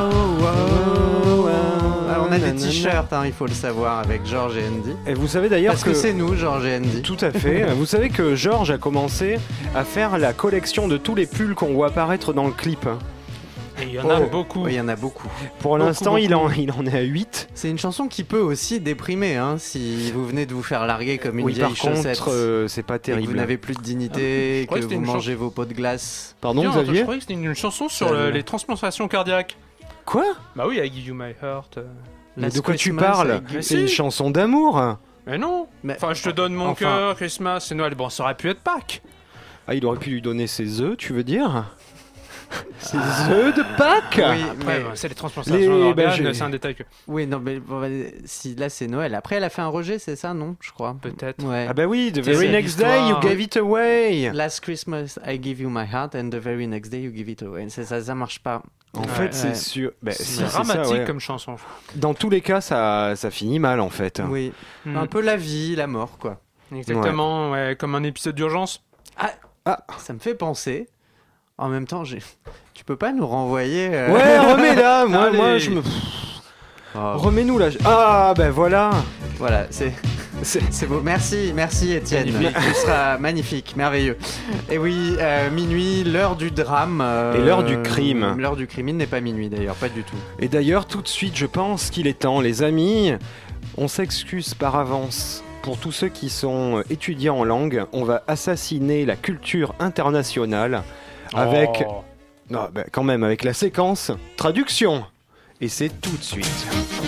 Ah, on a des t-shirts, hein, il faut le savoir, avec George et Andy. Et vous savez d'ailleurs Parce que c'est nous, George et Andy. Tout à fait. Vous savez que George a commencé à faire la collection de tous les pulls qu'on voit apparaître dans le clip. Et il y en a beaucoup. Oui, il y en a beaucoup. Pour l'instant, il en est à 8. C'est une chanson qui peut aussi déprimer, hein, si vous venez de vous faire larguer comme une Oui, vieille par chaussette. contre, c'est pas Et que terrible. vous n'avez plus de dignité, croyais que que c'était vous une mangez vos pots de glace. Pardon, Tiens, Xavier je croyais que c'était une chanson sur les transplantations cardiaques. Quoi? Bah oui, I Give You My Heart. Mais Last de quoi tu Christmas, parles? avec- C'est une chanson d'amour. Mais non. Mais- Enfin, je te donne mon enfin- cœur, Christmas, c'est Noël. Bon, ça aurait pu être Pâques. Ah, il aurait pu lui donner ses œufs, tu veux dire? Ses œufs de Pâques? Oui, Après, mais- c'est les transplantations d'organes, c'est un détail que... Oui, non, mais bon, si là c'est Noël. Après, elle a fait un rejet, c'est ça, non? Je crois. Peut-être. Ouais. Ah bah oui, the C'est very next day you l'histoire. gave it away. Last Christmas, I give you my heart, and the very next day, you give it away. C'est ça, ça marche pas. En Ouais, fait, c'est ouais. sûr. Bah, si, C'est c'est ça, dramatique ouais. comme chanson. Dans tous les cas, ça finit mal en fait. Oui. Mm. Un peu la vie, la mort, quoi. Exactement, ouais, comme un épisode d'urgence. Ça me fait penser. En même temps, tu peux pas nous renvoyer. Ouais, remets-la. moi, Allez. je me. Oh. Remets-nous là. Ah, ben voilà. Voilà, c'est beau. Merci Étienne. Magnifique. Tu seras magnifique, merveilleux. Et oui, minuit, l'heure du drame. Et l'heure du crime. L'heure du crime, il n'est pas minuit d'ailleurs, pas du tout. Et d'ailleurs, tout de suite, je pense qu'il est temps, les amis. On s'excuse par avance. Pour tous ceux qui sont étudiants en langue, on va assassiner la culture internationale avec, Oh. non, bah, quand même, avec la séquence traduction. Et c'est tout de suite.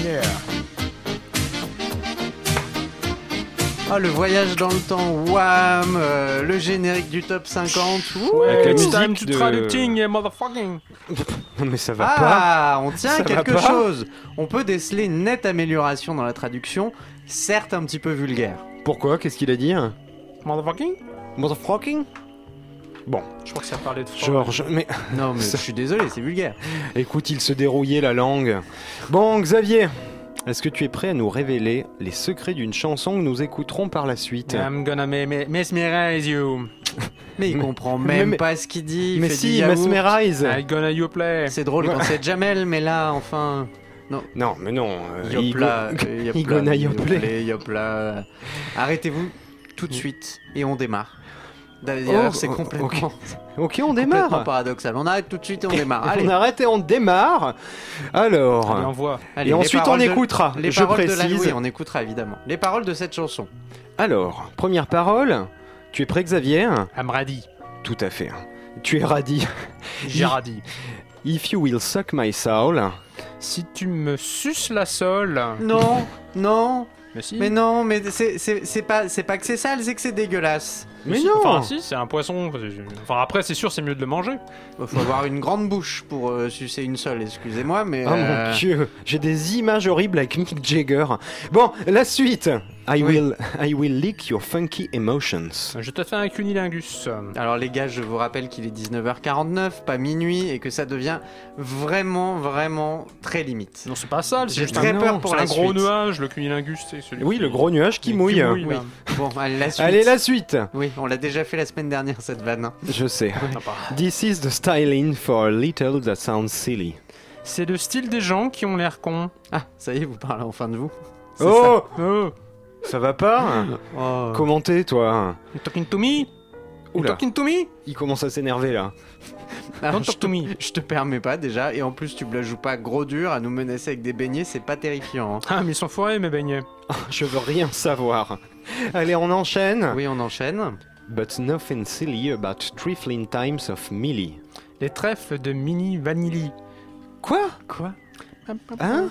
Ah, le voyage dans le temps, wham, le générique du top 50. Wouh. Ouais, Avec la it's musique time to de- traducting, motherfucking. Non mais ça va pas. Ah, on tient Ça à va quelque pas. chose. On peut déceler une nette amélioration dans la traduction, certes un petit peu vulgaire. Pourquoi? Qu'est-ce qu'il a dit? Motherfucking. Motherfucking? Bon, Je crois que ça parlait de Georges, mais Non, mais Ça- je suis désolé, c'est vulgaire. écoute, il se dérouillait la langue. Bon, Xavier, est-ce que tu es prêt à nous révéler les secrets d'une chanson que nous écouterons par la suite? I'm gonna mesmerize you. Mais il comprend même mais- pas ce qu'il dit. Il Mais fait si, du yaourt. mesmerize. I'm gonna you play. C'est drôle quand c'est Jamel, mais là, enfin. Non, mais non. Yopla, Igona Yoplait. Yopla. Arrêtez-vous tout de suite et on démarre. D'ailleurs, Oh, c'est complètement, Ok, on complètement démarre. paradoxal. On arrête tout de suite et on démarre. Allez, On arrête et on démarre. Alors, Allez, envoie. allez, et les ensuite on paroles de- écoutera. Les je paroles de la précise. oui, on écoutera évidemment. Les paroles de cette chanson. Alors, première parole. Tu es prêt, Xavier? I'm ready. Tout à fait. Tu es radis. J'ai radis. If you will suck my soul. Si tu me suces la sole. Non, non, Mais si. mais non, mais c'est pas que c'est sale, c'est que c'est dégueulasse. Mais si. non. Enfin, si, c'est un poisson. Enfin, après, c'est sûr, c'est mieux de le manger. Faut avoir une grande bouche pour sucer une seule, excusez-moi, mais. Oh mon dieu, j'ai des images horribles avec Mick Jagger. Bon, la suite. I will lick your funky emotions. Je te fais un cunilingus. Alors les gars, je vous rappelle qu'il est 19h49, pas minuit, et que ça devient vraiment très limite. Non, c'est pas sale, c'est J'ai juste très un, peur pour c'est la un gros suite. nuage, le cunilingus, c'est celui Oui, qui- le gros nuage qui qui mouille. là. Oui. Bon, allez, la suite. Allez, la suite. Oui, on l'a déjà fait la semaine dernière, cette vanne. hein. Je sais. Sympa. This is the styling for a little that sounds silly. C'est le style des gens qui ont l'air cons. Ah, ça y est, vous parlez enfin de vous. C'est Oh, Oh, ça va pas? ça. Oh. Commentez, toi. you talking to me? You Oula, talking to me? il commence à s'énerver là. Alors, Don't talk to me. je te permets pas déjà, et en plus tu me la joues pas gros dur à nous menacer avec des beignets, c'est pas terrifiant. hein. Ah, mais ils sont foirés, mes beignets. Je veux rien savoir. Allez, on enchaîne. Oui, on enchaîne. But nothing silly about trifling times of Millie. Les trèfles de mini vanilli. Quoi? Quoi? Hein?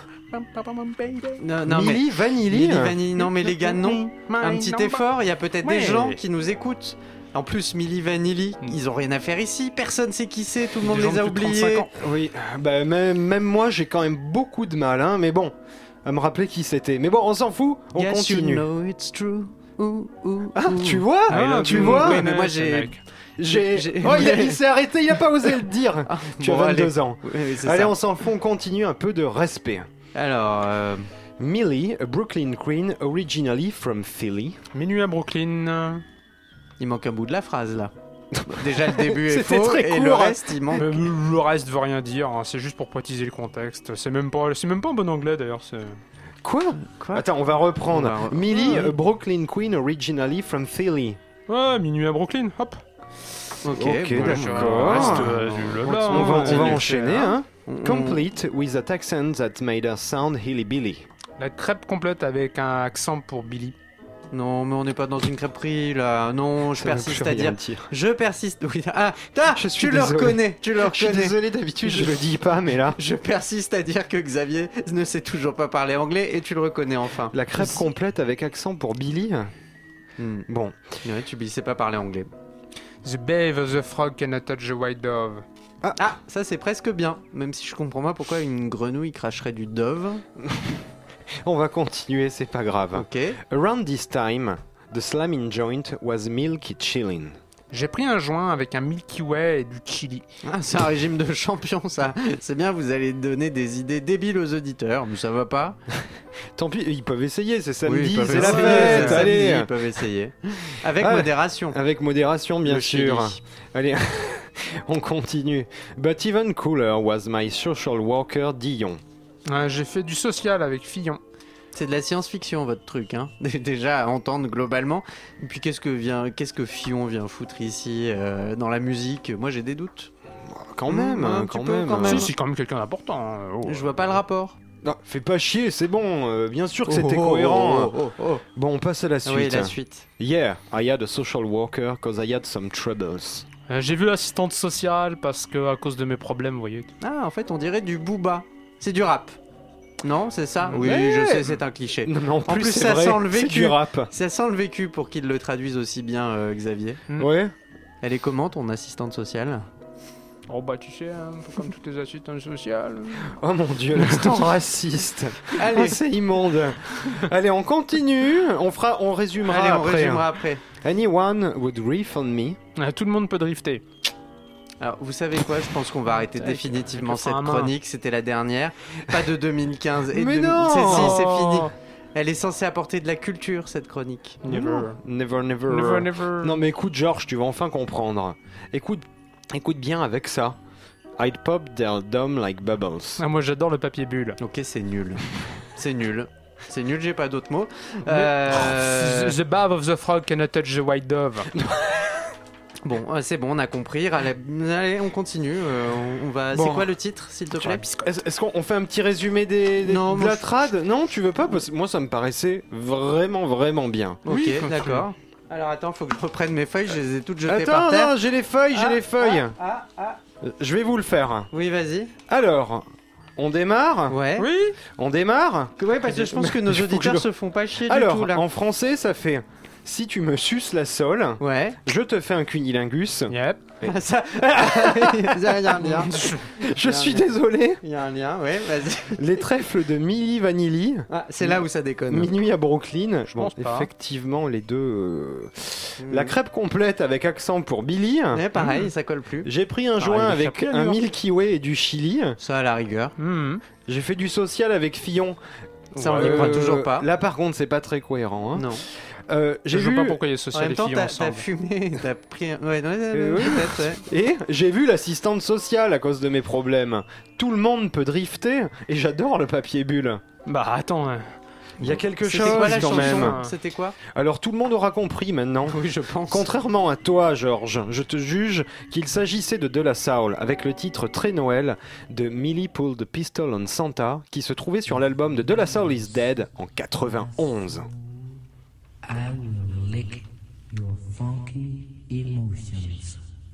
Non, non mais. Millie Vanilli? Milli Vanilli, non mais les gars, non. Un petit effort, il y a peut-être Ouais. des gens qui nous écoutent. En plus, Milli Vanilli, ils ont rien à faire ici, personne sait qui c'est, tout le monde Des gens les a de plus de oubliés. 35 ans. Oui, bah même moi j'ai quand même beaucoup de mal, hein, mais bon, à me rappeler qui c'était. Mais bon, on s'en fout, on Yes, continue. you know it's true. Ouh, ouh, Ah, ouh. tu vois? Ah, tu oui, vois? oui, mais moi, ce j'ai- mec. j'ai- Oh, il s'est arrêté, il a pas osé le dire. Tu as Bon, 22 allez. ans. Oui, oui, c'est Allez, ça. on s'en fout, on continue un peu de respect. Alors, Millie, a Brooklyn Queen originally from Philly. Minuit à Brooklyn. Il manque un bout de la phrase là. Déjà le début est C'était faux très et court. le reste il manque. Le reste veut rien dire, hein, c'est juste pour préciser le contexte. C'est même pas en bon anglais d'ailleurs. Quoi Attends, on va reprendre. On va Millie, a Brooklyn Queen originally from Philly. Ouais, Minuit à Brooklyn, hop. Ok, Ok, bon, d'accord. On va continue. enchaîner. Hein. On- Complete with a accent that made her sound hilly-billy. La crêpe complète avec un accent pour Billy. Non, mais on n'est pas dans une crêperie là. Non, je Ça veut persiste plus à rien dire. dire. Je persiste. Oui. Ah, Je suis tu le désolé. reconnais. Tu le Je suis reconnais. désolé, d'habitude je le dis pas, mais là... Je persiste à dire que Xavier ne sait toujours pas parler anglais et tu le reconnais enfin. La crêpe complète avec accent pour Billy. Hmm. Bon. Ouais, tu sais pas parler anglais. The babe of the frog cannot touch the white dove. Ah, ça c'est presque bien. Même si je comprends pas pourquoi une grenouille cracherait du dove. On va continuer, c'est pas grave. Ok. Around this time, the slamming joint was milky chillin'. J'ai pris un joint avec un Milky Way et du chili. Ah, c'est un régime de champion ça. C'est bien, vous allez donner des idées débiles aux auditeurs, mais ça va pas. Tant pis, ils peuvent essayer, c'est Oui, samedi, ils peuvent c'est la essayer, fête, c'est allez. samedi, ils peuvent essayer. Avec Ah, modération. Avec modération, bien Le sûr. chili. Allez, on continue. But even cooler was my social worker Dion. J'ai fait du social avec Fillon. C'est de la science-fiction votre truc, hein. Déjà à entendre globalement. Et puis qu'est-ce que Fillon vient foutre ici dans la musique? Moi j'ai des doutes. Quand même, un quand petit peu, même. quand même. Si, c'est quand même quelqu'un d'important. hein. Oh. Je vois pas le rapport. Non, fais pas chier, c'est bon. Bien sûr que c'était Oh, oh, cohérent. oh, oh, oh. Bon, on passe à la suite. Oui, la suite. Yeah, I had a social worker cause I had some troubles. J'ai vu l'assistante sociale parce que à cause de mes problèmes, vous voyez. Ah, en fait, on dirait du booba. C'est du rap. Non, c'est ça? Oui, Ouais. je sais, c'est un cliché. Non, mais en En plus, plus, c'est ça vrai, sent le c'est vécu. du rap. Ça sent le vécu pour qu'il le traduise aussi bien, Xavier. Ouais. Elle est comment, ton assistante sociale? Oh bah tu sais, un peu comme toutes les assistantes sociales. Oh mon dieu, l'instant raciste. Allez. Oh, c'est immonde. Allez, on continue. On résumera Allez, on après. résumera après. Anyone would riff on me. Tout le monde peut drifter. Alors, vous savez quoi? Je pense qu'on va arrêter Avec définitivement le frein cette à main. chronique. C'était la dernière. Pas de 2015 et Mais de... non. Si, c'est fini. Elle est censée apporter de la culture, cette chronique. Never. Never, never. Never, never. Non mais écoute Georges, tu vas enfin comprendre. Écoute bien avec ça. I'd pop their dumb like bubbles. Ah, moi j'adore le papier bulle. Ok, c'est nul. C'est nul. C'est nul, j'ai pas d'autres mots. The babe of the frog cannot touch the white dove. Bon, c'est bon, on a compris. Allez, on continue. On va. Bon. C'est quoi le titre, s'il te plaît? Est-ce qu'on fait un petit résumé Non, de moi, la trad? Non, tu veux pas? Parce que moi ça me paraissait vraiment bien. Ok, Oui, d'accord. Alors attends, faut que je reprenne mes feuilles. Je les ai toutes jetées Attends, par terre. non, j'ai les feuilles, j'ai les feuilles. Ah. Je vais vous le faire. Oui, vas-y. Alors, on démarre? Ouais. Oui. On démarre? Ouais, parce que je pense que nos Il faut que auditeurs je- se font pas chier du Alors, tout là. en français, ça fait si tu me suces la sole, Ouais. je te fais un cunilingus. Yep. Ça. Il y a un lien. Je suis désolé. Il y a un lien, ouais, vas-y. Les trèfles de Milli Vanilli. Ah, c'est là où ça déconne. Minuit à Brooklyn. Je pense pas. Effectivement, les deux. La crêpe complète avec accent pour Billy. Ouais, pareil, ça colle plus. J'ai pris un Ah, joint il est avec chapé, un alors. Milky Way et du chili. Ça à la rigueur. Mhm. J'ai fait du social avec Fillon. Ça, on n'y croit toujours pas. Là, par contre, c'est pas très cohérent. Hein. Non. Je J'ai vois vu... pas pourquoi il y a En social même et temps, filles t'as ensemble. fumé, t'as pris un... Ouais, oui. peut-être, ouais. Et j'ai vu l'assistante sociale à cause de mes problèmes. Tout le monde peut drifter et j'adore le papier bulle. Bah attends. hein. Il y a quelque C'était chose quoi la quand chanson même. C'était quoi? Alors tout le monde aura compris maintenant. Oui, je pense. Contrairement à toi, Georges, je te juge qu'il s'agissait de De La Soul avec le titre Très Noël de Millie Pulled the Pistol on Santa qui se trouvait sur l'album de De La Soul is Dead en 91. I will lick your funky emotions.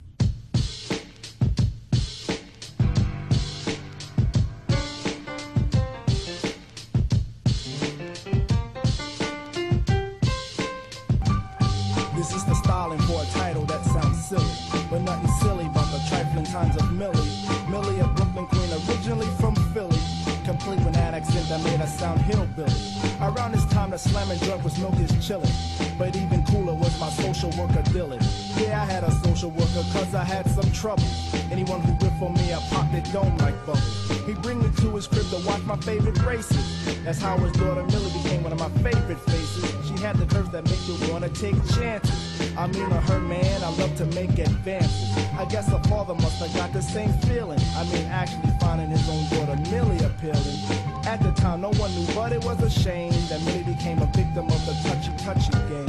This is the styling for a title that sounds silly, but nothing silly but the trifling times of Millie. Millie, a Brooklyn queen, originally from Philly, complete with an accent that made her sound hillbilly. Around this time, the slamming drunk was Milky's chillin', but even cooler was my social worker Dylan. Yeah, I had a social worker 'cause I had some trouble. Anyone who ripped on me, I popped it dome like bubbles. He'd bring me to his crib to watch my favorite races. That's how his daughter Millie became one of my favorite faces. She had the curves that make you wanna take chances. I mean, her man, I love to make advances. I guess her father must have got the same feeling. I mean, actually finding his own daughter Millie appealing. At the time, no one knew, but it was a shame that Millie became a victim of the touchy game.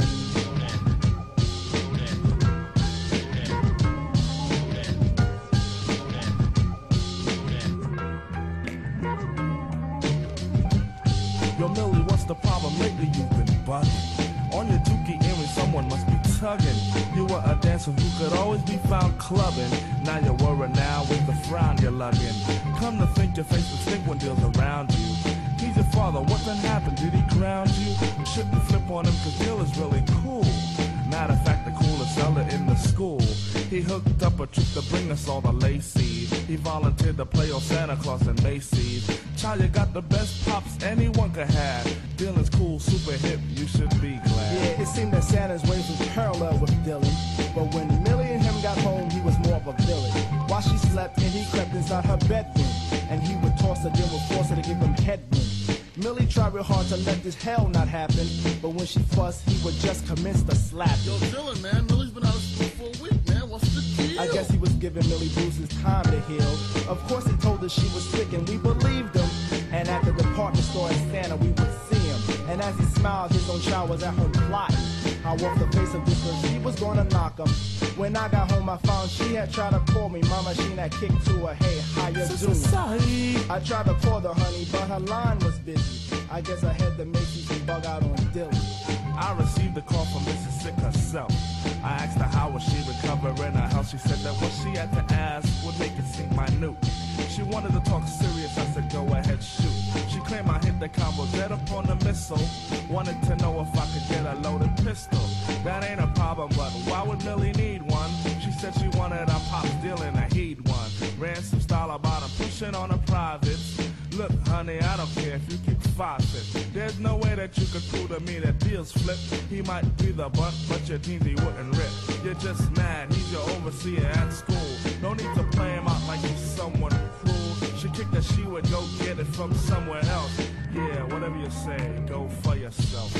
Yo, Millie, what's the problem lately? You've been bugging. On your dookie earring, someone must be tugging. You were a dancer who could always be found clubbing. Now you're worried now with the frown you're lugging. Come to think your face will stink when deals around you. He's your father, what then happened? Did he ground you? Shouldn't flip on him cause Bill is really cool. Matter of fact, the coolest fella in the school. He hooked up a trip to bring us all the Lacey's. He volunteered to play on Santa Claus and Macy's. Child, you got the best pops anyone could have. Dylan's cool, super hip, you should be glad. Yeah, it seemed that Santa's ways was parallel with Dylan. But when Millie and him got home, he was more of a villain. While she slept, and he crept inside her bedroom. And he would toss her, then would force her to give him headroom. Millie tried real hard to let this hell not happen. But when she fussed, he would just commence to slap. Yo, Dylan, man, Millie's been out of school for a week, man. What's the deal? I guess he was giving Millie Bruce's time to heal. Of course he told her she was sick and we believed him. And at the department store in Santa we would see him. And as he smiled, his own child was at home plotting. I walked the face of this girl, she was gonna knock him. When I got home I found she had tried to call me. Mama, she had kicked to her, hey, how you doing? Sorry. I tried to call her, honey, but her line was busy. I guess I had to make some bug out on Dylan. I received a call from Mrs. Sick herself. I asked her how was she recovering her health. She said that what she had to ask would make it seem minute. She wanted to talk serious, I said go ahead, shoot. She claimed I hit the combo dead upon the missile. Wanted to know if I could get a loaded pistol. That ain't a problem, but why would Millie need one? She said she wanted a pop dealing a he'd one. Ran some style about him, pushing on a privates. Look, honey, I don't care if you keep faucets. There's no way that you could prove to me that deals flip. He might be the butt, but your jeans he wouldn't rip. You're just mad, he's your overseer at school. No need to play him out like he's someone cruel. She kicked that she would go get it from somewhere else. Yeah, whatever you say, go for yourself.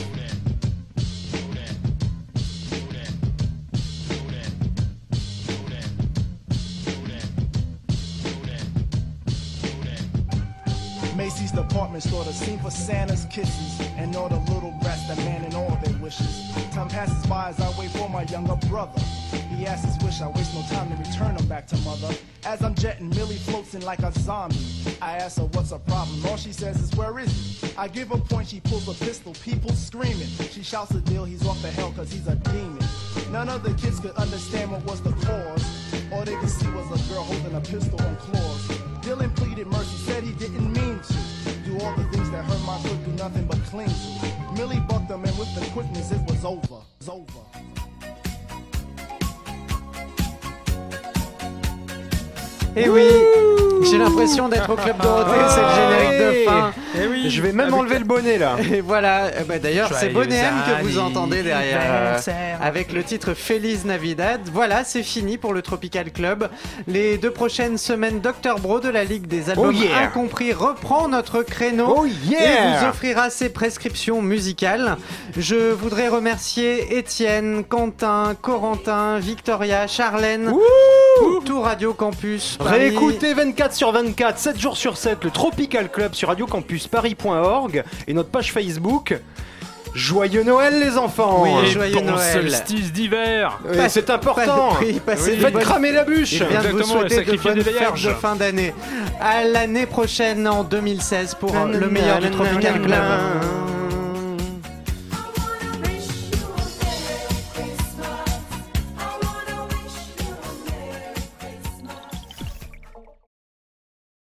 Macy's department store, the scene for Santa's kisses, and all the little brats that man in all their wishes. Time passes by as I wait for my younger brother. He asks his wish, I waste no time to return him back to mother. As I'm jetting, Millie floats in like a zombie. I ask her what's her problem, all she says is where is he? I give her point, she pulls a pistol, people screaming. She shouts a deal, he's off the hell cause he's a demon. None of the kids could understand what was the cause. All they could see was a girl holding a pistol on claws. Dylan pleaded mercy, said he didn't mean to do all the things that hurt my foot, do nothing but cling to. Millie bucked him and with the quickness it was over. It was over. Eh oui, j'ai l'impression d'être au Club Dorothée, c'est le générique de fin. Eh oui, je vais même enlever le bonnet là. Et voilà, d'ailleurs c'est Bonnet M que vous entendez derrière avec le titre Feliz Navidad. Voilà, c'est fini pour le Tropical Club. Les 2 prochaines semaines, Dr Bro de la Ligue des Albums Incompris reprend notre créneau et vous offrira ses prescriptions musicales. Je voudrais remercier Étienne, Quentin, Corentin, Victoria, Charlène, tout Radio Campus Paris. Réécoutez 24/24, 7 jours sur 7, le Tropical Club sur radiocampusparis.org et notre page Facebook. Joyeux Noël les enfants. Oui, joyeux Noël. Solstice d'hiver. C'est important. Faites cramer la bûche. Je viens de vous souhaiter de bonnes fêtes de fin d'année. À l'année prochaine en 2016 pour le meilleur du Tropical Club.